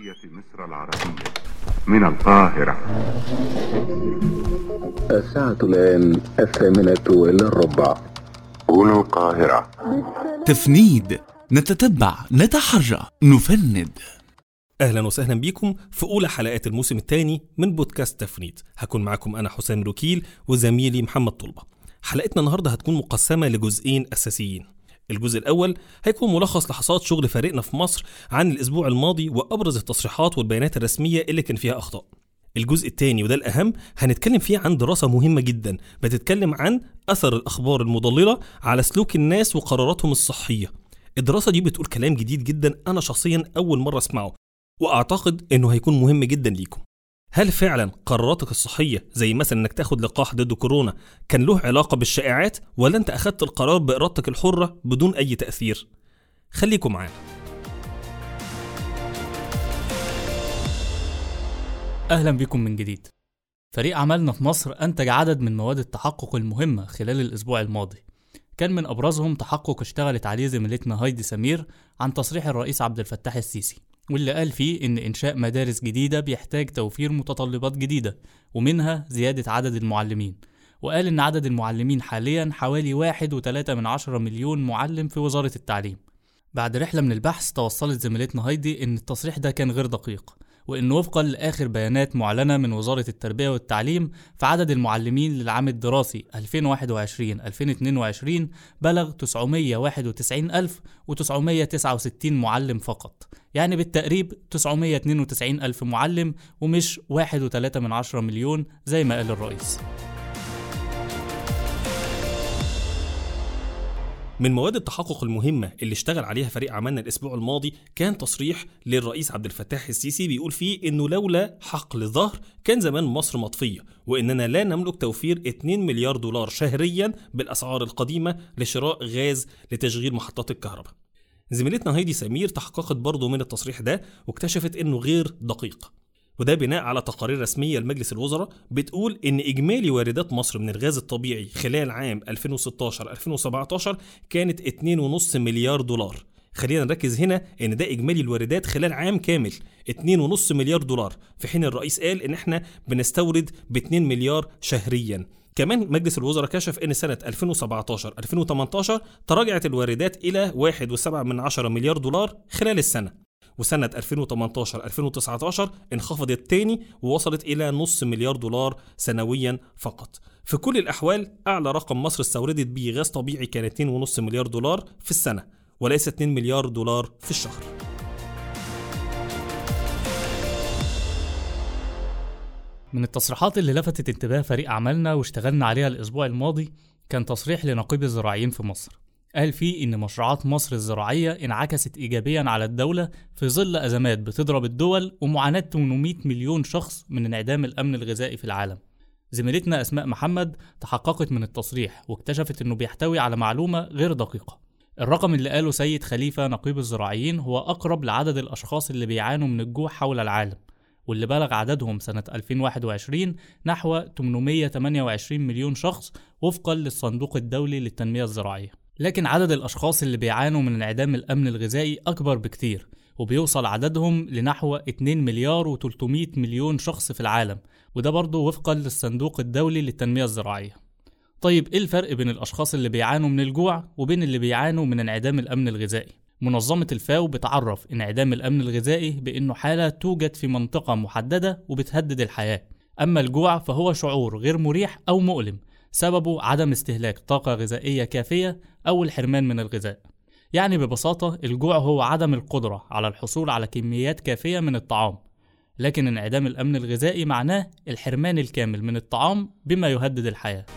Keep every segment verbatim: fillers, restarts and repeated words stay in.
جمهورية مصر العربية من القاهرة. الساعة الآن الثامنة إلا الربع. هنا القاهرة. تفنيد، نتتبع، نتحرى، نفند. أهلا وسهلا بيكم في أولى حلقات الموسم الثاني من بودكاست تفنيد. هكون معكم أنا حسام روكيل وزميلي محمد طلبة. حلقتنا النهاردة هتكون مقسمة لجزئين أساسيين. الجزء الأول هيكون ملخص لحظات شغل فريقنا في مصر عن الأسبوع الماضي وأبرز التصريحات والبيانات الرسمية اللي كان فيها أخطاء. الجزء الثاني وده الأهم هنتكلم فيه عن دراسة مهمة جدا بتتكلم عن أثر الأخبار المضللة على سلوك الناس وقراراتهم الصحية. الدراسة دي بتقول كلام جديد جدا أنا شخصيا أول مرة أسمعه، وأعتقد أنه هيكون مهم جدا ليكم. هل فعلا قراراتك الصحية زي مثلا أنك تاخد لقاح ضد كورونا كان له علاقة بالشائعات، ولا أنت أخدت القرار بإرادتك الحرة بدون أي تأثير؟ خليكم معانا. أهلا بكم من جديد. فريق عملنا في مصر أنتج عدد من مواد التحقق المهمة خلال الأسبوع الماضي. كان من أبرزهم تحقق اشتغلت عليه زميلتنا هايدي سمير عن تصريح الرئيس عبد الفتاح السيسي، واللي قال فيه إن إنشاء مدارس جديدة بيحتاج توفير متطلبات جديدة، ومنها زيادة عدد المعلمين. وقال إن عدد المعلمين حاليا حوالي واحد وثلاثة من عشرة مليون معلم في وزارة التعليم. بعد رحلة من البحث توصلت زميلتنا هايدي إن التصريح ده كان غير دقيق، وإنه وفقا لآخر بيانات معلنة من وزارة التربية والتعليم فعدد المعلمين للعام الدراسي ألفين وواحد وعشرين ألفين واثنين وعشرين بلغ تسعمية وواحد وتسعين ألف وتسعمية وتسعة وستين معلم فقط، يعني بالتقريب تسعمية واثنين وتسعين ألف معلم ومش واحد وثلاثة من عشرة مليون زي ما قال الرئيس. من مواد التحقق المهمة اللي اشتغل عليها فريق عملنا الأسبوع الماضي كان تصريح للرئيس عبد الفتاح السيسي بيقول فيه إنه لولا حقل ظهر كان زمان مصر مطفية، وإننا لا نملك توفير اتنين مليار دولار شهريا بالأسعار القديمة لشراء غاز لتشغيل محطات الكهرباء. زميلتنا هايدي سمير تحققت برضو من التصريح ده واكتشفت إنه غير دقيق، وده بناء على تقارير رسمية لمجلس الوزراء بتقول إن إجمالي واردات مصر من الغاز الطبيعي خلال عام ألفين وستاشر ألفين وسبعتاشر كانت اتنين ونص مليار دولار. خلينا نركز هنا إن ده إجمالي الواردات خلال عام كامل اتنين ونص مليار دولار، في حين الرئيس قال إن إحنا بنستورد باتنين مليار شهريا. كمان مجلس الوزراء كشف إن سنة ألفين وسبعتاشر ألفين وتمنتاشر تراجعت الواردات إلى واحد وسبعة من عشرة مليار دولار خلال السنة، وسنة ألفين وتمنتاشر ألفين وتسعتاشر انخفضت تاني ووصلت إلى نص مليار دولار سنويا فقط. في كل الأحوال أعلى رقم مصر استوردت بيه غاز طبيعي كان اتنين ونص مليار دولار في السنة، وليس اتنين مليار دولار في الشهر. من التصريحات اللي لفتت انتباه فريق عملنا واشتغلنا عليها الأسبوع الماضي كان تصريح لنقيب الزراعيين في مصر. قال فيه إن مشروعات مصر الزراعية انعكست إيجابياً على الدولة في ظل أزمات بتضرب الدول ومعاناة ثمانمية مليون شخص من انعدام الأمن الغذائي في العالم. زميلتنا أسماء محمد تحققت من التصريح واكتشفت إنه بيحتوي على معلومة غير دقيقة. الرقم اللي قاله سيد خليفة نقيب الزراعيين هو أقرب لعدد الأشخاص اللي بيعانوا من الجوع حول العالم، واللي بلغ عددهم سنة ألفين وواحد وعشرين نحو ثمانمية وثمانية وعشرين مليون شخص وفقاً للصندوق الدولي للتنمية الزراعية. لكن عدد الأشخاص اللي بيعانوا من انعدام الأمن الغذائي أكبر بكتير، وبيوصل عددهم لنحو اتنين مليار وتلتمية مليون شخص في العالم، وده برضه وفقا للصندوق الدولي للتنمية الزراعية. طيب إيه الفرق بين الأشخاص اللي بيعانوا من الجوع وبين اللي بيعانوا من انعدام الأمن الغذائي؟ منظمة الفاو بتعرف انعدام الأمن الغذائي بأنه حالة توجد في منطقة محددة وبتهدد الحياة، أما الجوع فهو شعور غير مريح أو مؤلم سببه عدم استهلاك طاقة غذائية كافية أو الحرمان من الغذاء. يعني ببساطة الجوع هو عدم القدرة على الحصول على كميات كافية من الطعام، لكن انعدام الأمن الغذائي معناه الحرمان الكامل من الطعام بما يهدد الحياة.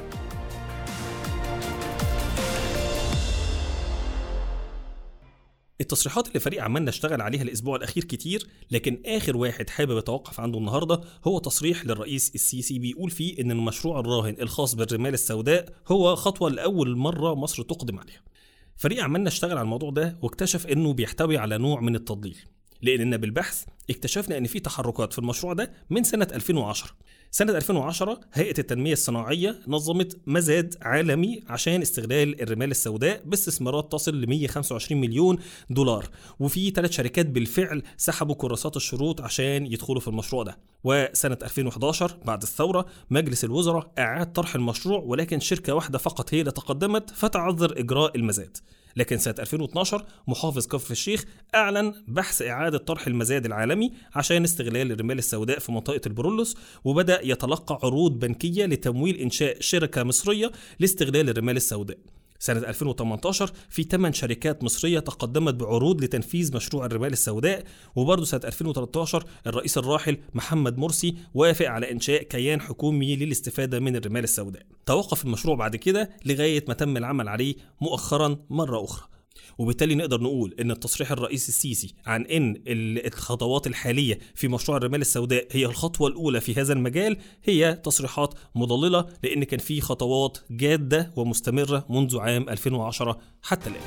التصريحات اللي فريق عملنا اشتغل عليها الأسبوع الأخير كتير، لكن آخر واحد حابب أتوقف عنده النهاردة هو تصريح للرئيس السيسي بيقول فيه إن المشروع الراهن الخاص بالرمال السوداء هو خطوة لأول مرة مصر تقدم عليها. فريق عملنا اشتغل على الموضوع ده واكتشف إنه بيحتوي على نوع من التضليل، لأننا بالبحث اكتشفنا إن في تحركات في المشروع ده من سنة ألفين وعشرة. سنة ألفين وعشرة هيئة التنمية الصناعية نظمت مزاد عالمي عشان استغلال الرمال السوداء باستثمارات تصل ل مية وخمسة وعشرين مليون دولار، وفي ثلاث شركات بالفعل سحبوا كراسات الشروط عشان يدخلوا في المشروع ده. وسنة ألفين وإحداشر بعد الثورة مجلس الوزراء أعاد طرح المشروع، ولكن شركة واحدة فقط هي اللي تقدمت فتعذر إجراء المزاد. لكن سنة ألفين واثناشر محافظ كفر الشيخ أعلن بحث إعادة طرح المزاد العالمي عشان استغلال الرمال السوداء في منطقة البرولوس، وبدأ يتلقى عروض بنكية لتمويل إنشاء شركة مصرية لاستغلال الرمال السوداء. سنة ألفين وثمانية عشر في ثمان شركات مصرية تقدمت بعروض لتنفيذ مشروع الرمال السوداء. وبرضه سنة ألفين وثلاثة عشر الرئيس الراحل محمد مرسي وافق على إنشاء كيان حكومي للاستفادة من الرمال السوداء. توقف المشروع بعد كده لغاية ما تم العمل عليه مؤخرا مرة أخرى. وبالتالي نقدر نقول ان التصريح الرئيس السيسي عن ان الخطوات الحالية في مشروع الرمال السوداء هي الخطوة الأولى في هذا المجال هي تصريحات مضللة، لأن كان في خطوات جادة ومستمرة منذ عام ألفين وعشرة حتى الآن.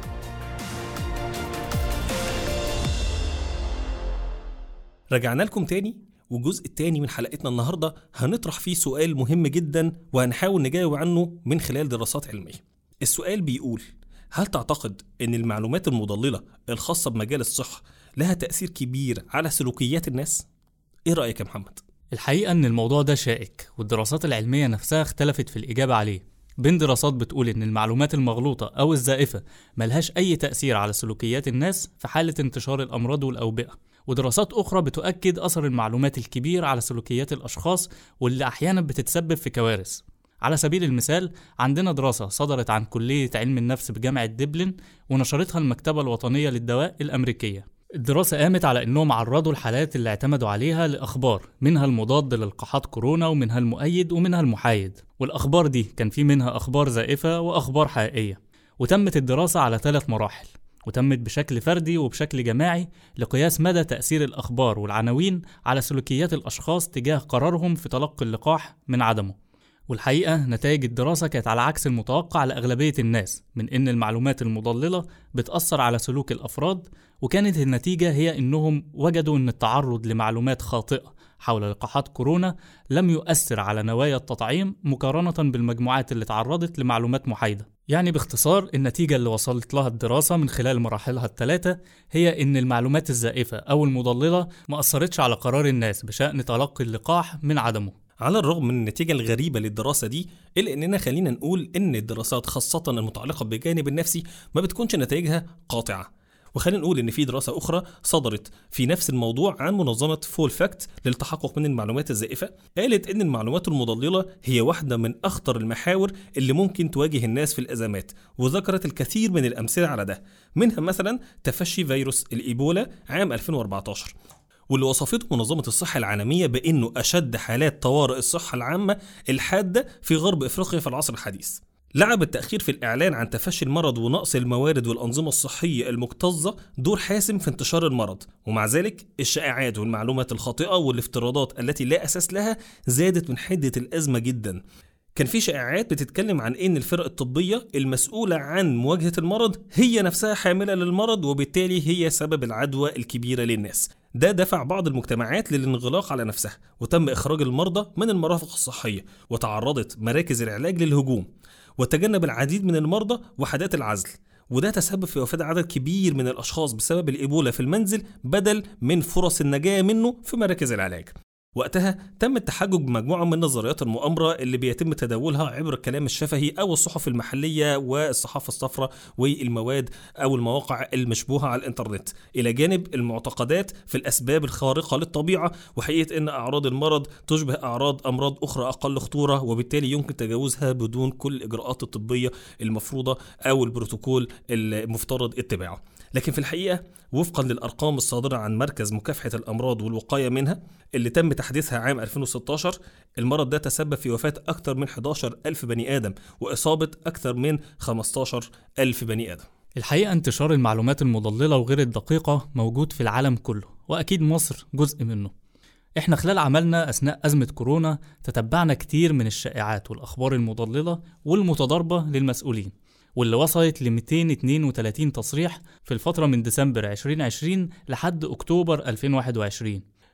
رجعنا لكم تاني، والجزء التاني من حلقتنا النهاردة هنطرح فيه سؤال مهم جدا وهنحاول نجاوب عنه من خلال دراسات علمية. السؤال بيقول: هل تعتقد أن المعلومات المضللة الخاصة بمجال الصحة لها تأثير كبير على سلوكيات الناس؟ إيه رأيك يا محمد؟ الحقيقة أن الموضوع ده شائك، والدراسات العلمية نفسها اختلفت في الإجابة عليه، بين دراسات بتقول أن المعلومات المغلوطة أو الزائفة ملهاش أي تأثير على سلوكيات الناس في حالة انتشار الأمراض والأوبئة، ودراسات أخرى بتؤكد أثر المعلومات الكبير على سلوكيات الأشخاص واللي أحيانا بتتسبب في كوارث. على سبيل المثال عندنا دراسة صدرت عن كلية علم النفس بجامعة دبلن ونشرتها المكتبة الوطنية للدواء الأمريكية. الدراسة قامت على أنهم عرضوا الحالات اللي اعتمدوا عليها لأخبار، منها المضاد للقاحات كورونا ومنها المؤيد ومنها المحايد، والأخبار دي كان في منها أخبار زائفة وأخبار حقيقية. وتمت الدراسة على ثلاث مراحل، وتمت بشكل فردي وبشكل جماعي لقياس مدى تأثير الأخبار والعناوين على سلوكيات الأشخاص تجاه قرارهم في تلقي اللقاح من عدمه. والحقيقة نتائج الدراسة كانت على عكس المتوقع لأغلبية الناس من إن المعلومات المضللة بتأثر على سلوك الأفراد، وكانت النتيجة هي إنهم وجدوا إن التعرض لمعلومات خاطئة حول لقاحات كورونا لم يؤثر على نوايا التطعيم مقارنة بالمجموعات اللي تعرضت لمعلومات محايدة. يعني باختصار النتيجة اللي وصلت لها الدراسة من خلال مراحلها الثلاثة هي إن المعلومات الزائفة أو المضللة ما أثرتش على قرار الناس بشأن تلقي اللقاح من عدمه. على الرغم من النتيجة الغريبة للدراسة دي، إلا إننا خلينا نقول إن الدراسات خاصة المتعلقة بالجانب النفسي ما بتكونش نتائجها قاطعة. وخلينا نقول إن في دراسة أخرى صدرت في نفس الموضوع عن منظمة فول فاكت للتحقق من المعلومات الزائفة، قالت إن المعلومات المضللة هي واحدة من أخطر المحاور اللي ممكن تواجه الناس في الأزمات، وذكرت الكثير من الأمثلة على ده، منها مثلا تفشي فيروس الإيبولا عام ألفين وأربعة عشر، واللي وصفته منظمة الصحة العالمية بأنه أشد حالات طوارئ الصحة العامة الحادة في غرب إفريقيا في العصر الحديث. لعب التأخير في الإعلان عن تفشي المرض ونقص الموارد والأنظمة الصحية المكتظة دور حاسم في انتشار المرض، ومع ذلك الشائعات والمعلومات الخاطئة والافتراضات التي لا أساس لها زادت من حدة الأزمة جدا. كان في شائعات بتتكلم عن ان الفرق الطبية المسؤولة عن مواجهة المرض هي نفسها حاملة للمرض، وبالتالي هي سبب العدوى الكبيرة للناس. ده دفع بعض المجتمعات للانغلاق على نفسها، وتم إخراج المرضى من المرافق الصحية، وتعرضت مراكز العلاج للهجوم، وتجنب العديد من المرضى وحدات العزل، وده تسبب في وفاة عدد كبير من الأشخاص بسبب الإيبولا في المنزل بدل من فرص النجاة منه في مراكز العلاج. وقتها تم التحجج بمجموعة من نظريات المؤامرة اللي بيتم تداولها عبر الكلام الشفهي أو الصحف المحلية والصحافة الصفراء والمواد أو المواقع المشبوهة على الإنترنت، إلى جانب المعتقدات في الأسباب الخارقة للطبيعة وحقيقة أن أعراض المرض تشبه أعراض أمراض أخرى أقل خطورة، وبالتالي يمكن تجاوزها بدون كل الإجراءات الطبية المفروضة أو البروتوكول المفترض اتباعه. لكن في الحقيقة وفقا للأرقام الصادرة عن مركز مكافحة الأمراض والوقاية منها اللي تم تحديثها عام ألفين وستة عشر، المرض ده تسبب في وفاة أكثر من أحد عشر ألف بني آدم وإصابة أكثر من خمسة عشر ألف بني آدم. الحقيقة انتشار المعلومات المضللة وغير الدقيقة موجود في العالم كله، وأكيد مصر جزء منه. احنا خلال عملنا أثناء أزمة كورونا تتبعنا كتير من الشائعات والأخبار المضللة والمتضاربة للمسؤولين، واللي وصلت ل مئتين واثنين وثلاثين تصريح في الفترة من ديسمبر ألفين وعشرين لحد أكتوبر ألفين وواحد وعشرين.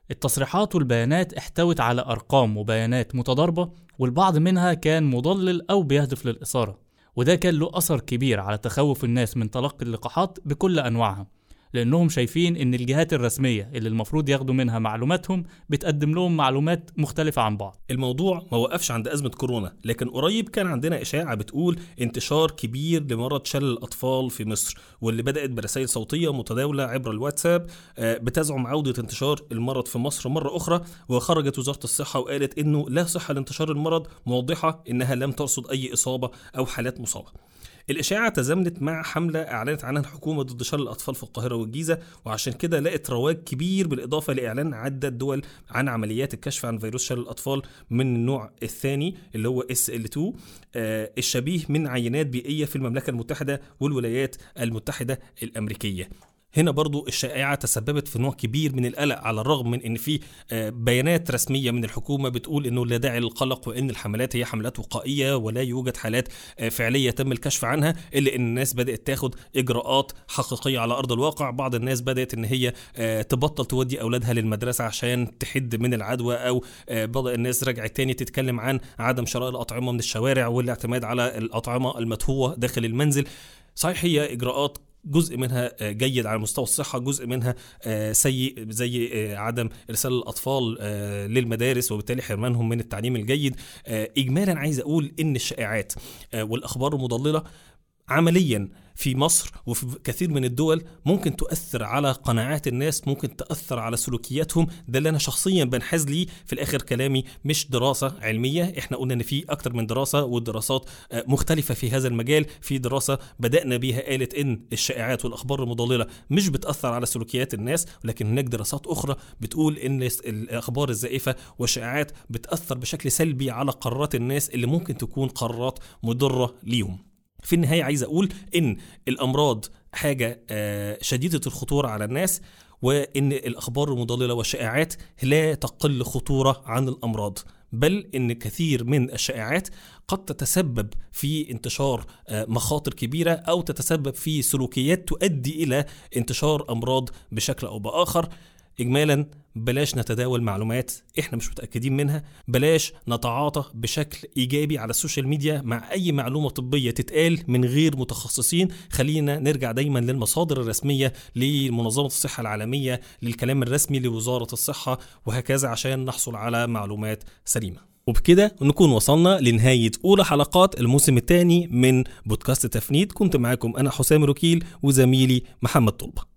التصريحات والبيانات احتوت على أرقام وبيانات متضاربة، والبعض منها كان مضلل أو بيهدف للإثارة، وده كان له أثر كبير على تخوف الناس من تلقي اللقاحات بكل أنواعها، لأنهم شايفين إن الجهات الرسمية اللي المفروض ياخدوا منها معلوماتهم بتقدم لهم معلومات مختلفة عن بعض. الموضوع ما وقفش عند أزمة كورونا، لكن قريب كان عندنا إشاعة بتقول انتشار كبير لمرض شلل الأطفال في مصر، واللي بدأت برسائل صوتية متداولة عبر الواتساب بتزعم عودة انتشار المرض في مصر مرة أخرى. وخرجت وزارة الصحة وقالت إنه لا صحة لانتشار المرض، موضحة إنها لم ترصد أي إصابة أو حالات مصابة. الإشاعة تزامنت مع حملة أعلنت عنها الحكومة ضد شلل الأطفال في القاهرة والجيزة، وعشان كده لقت رواج كبير بالإضافة لإعلان عدة دول عن عمليات الكشف عن فيروس شلل الأطفال من النوع الثاني اللي هو إس إل تو آه الشبيه من عينات بيئية في المملكة المتحدة والولايات المتحدة الأمريكية. هنا برضو الشائعة تسببت في نوع كبير من القلق، على الرغم من ان في بيانات رسمية من الحكومة بتقول انه لا داعي للقلق وان الحملات هي حملات وقائية ولا يوجد حالات فعلية تم الكشف عنها، الا ان الناس بدأت تاخد اجراءات حقيقية على ارض الواقع. بعض الناس بدأت ان هي تبطل تودي اولادها للمدرسة عشان تحد من العدوى، او بعض الناس رجعت تاني تتكلم عن عدم شراء الاطعمة من الشوارع والاعتماد على الاطعمة المدفوة داخل المنزل. صحيح هي اجراءات جزء منها جيد على مستوى الصحة، جزء منها سيء زي عدم إرسال الأطفال للمدارس وبالتالي حرمانهم من التعليم الجيد. إجمالا عايز أقول إن الشائعات والأخبار المضللة عمليا في مصر وفي كثير من الدول ممكن تؤثر على قناعات الناس، ممكن تأثر على سلوكياتهم. ده اللي أنا شخصيا بنحاز لي. في الآخر كلامي مش دراسة علمية، إحنا قلنا إن في أكتر من دراسة والدراسات مختلفة في هذا المجال. في دراسة بدأنا بيها قالت إن الشائعات والأخبار المضللة مش بتأثر على سلوكيات الناس، ولكن هناك دراسات أخرى بتقول إن الأخبار الزائفة والشائعات بتأثر بشكل سلبي على قرارات الناس اللي ممكن تكون قرارات مضرة ليهم. في النهاية عايز أقول إن الأمراض حاجة شديدة الخطورة على الناس، وإن الأخبار المضللة والشائعات لا تقل خطورة عن الأمراض، بل إن كثير من الشائعات قد تتسبب في انتشار مخاطر كبيرة أو تتسبب في سلوكيات تؤدي إلى انتشار أمراض بشكل أو بآخر. إجمالا بلاش نتداول معلومات إحنا مش متأكدين منها، بلاش نتعاطى بشكل إيجابي على السوشيال ميديا مع أي معلومة طبية تتقال من غير متخصصين. خلينا نرجع دايما للمصادر الرسمية لمنظمة الصحة العالمية، للكلام الرسمي لوزارة الصحة، وهكذا عشان نحصل على معلومات سليمة. وبكده نكون وصلنا لنهاية أولى حلقات الموسم الثاني من بودكاست تفنيد. كنت معاكم أنا حسام ركيل وزميلي محمد طلبة.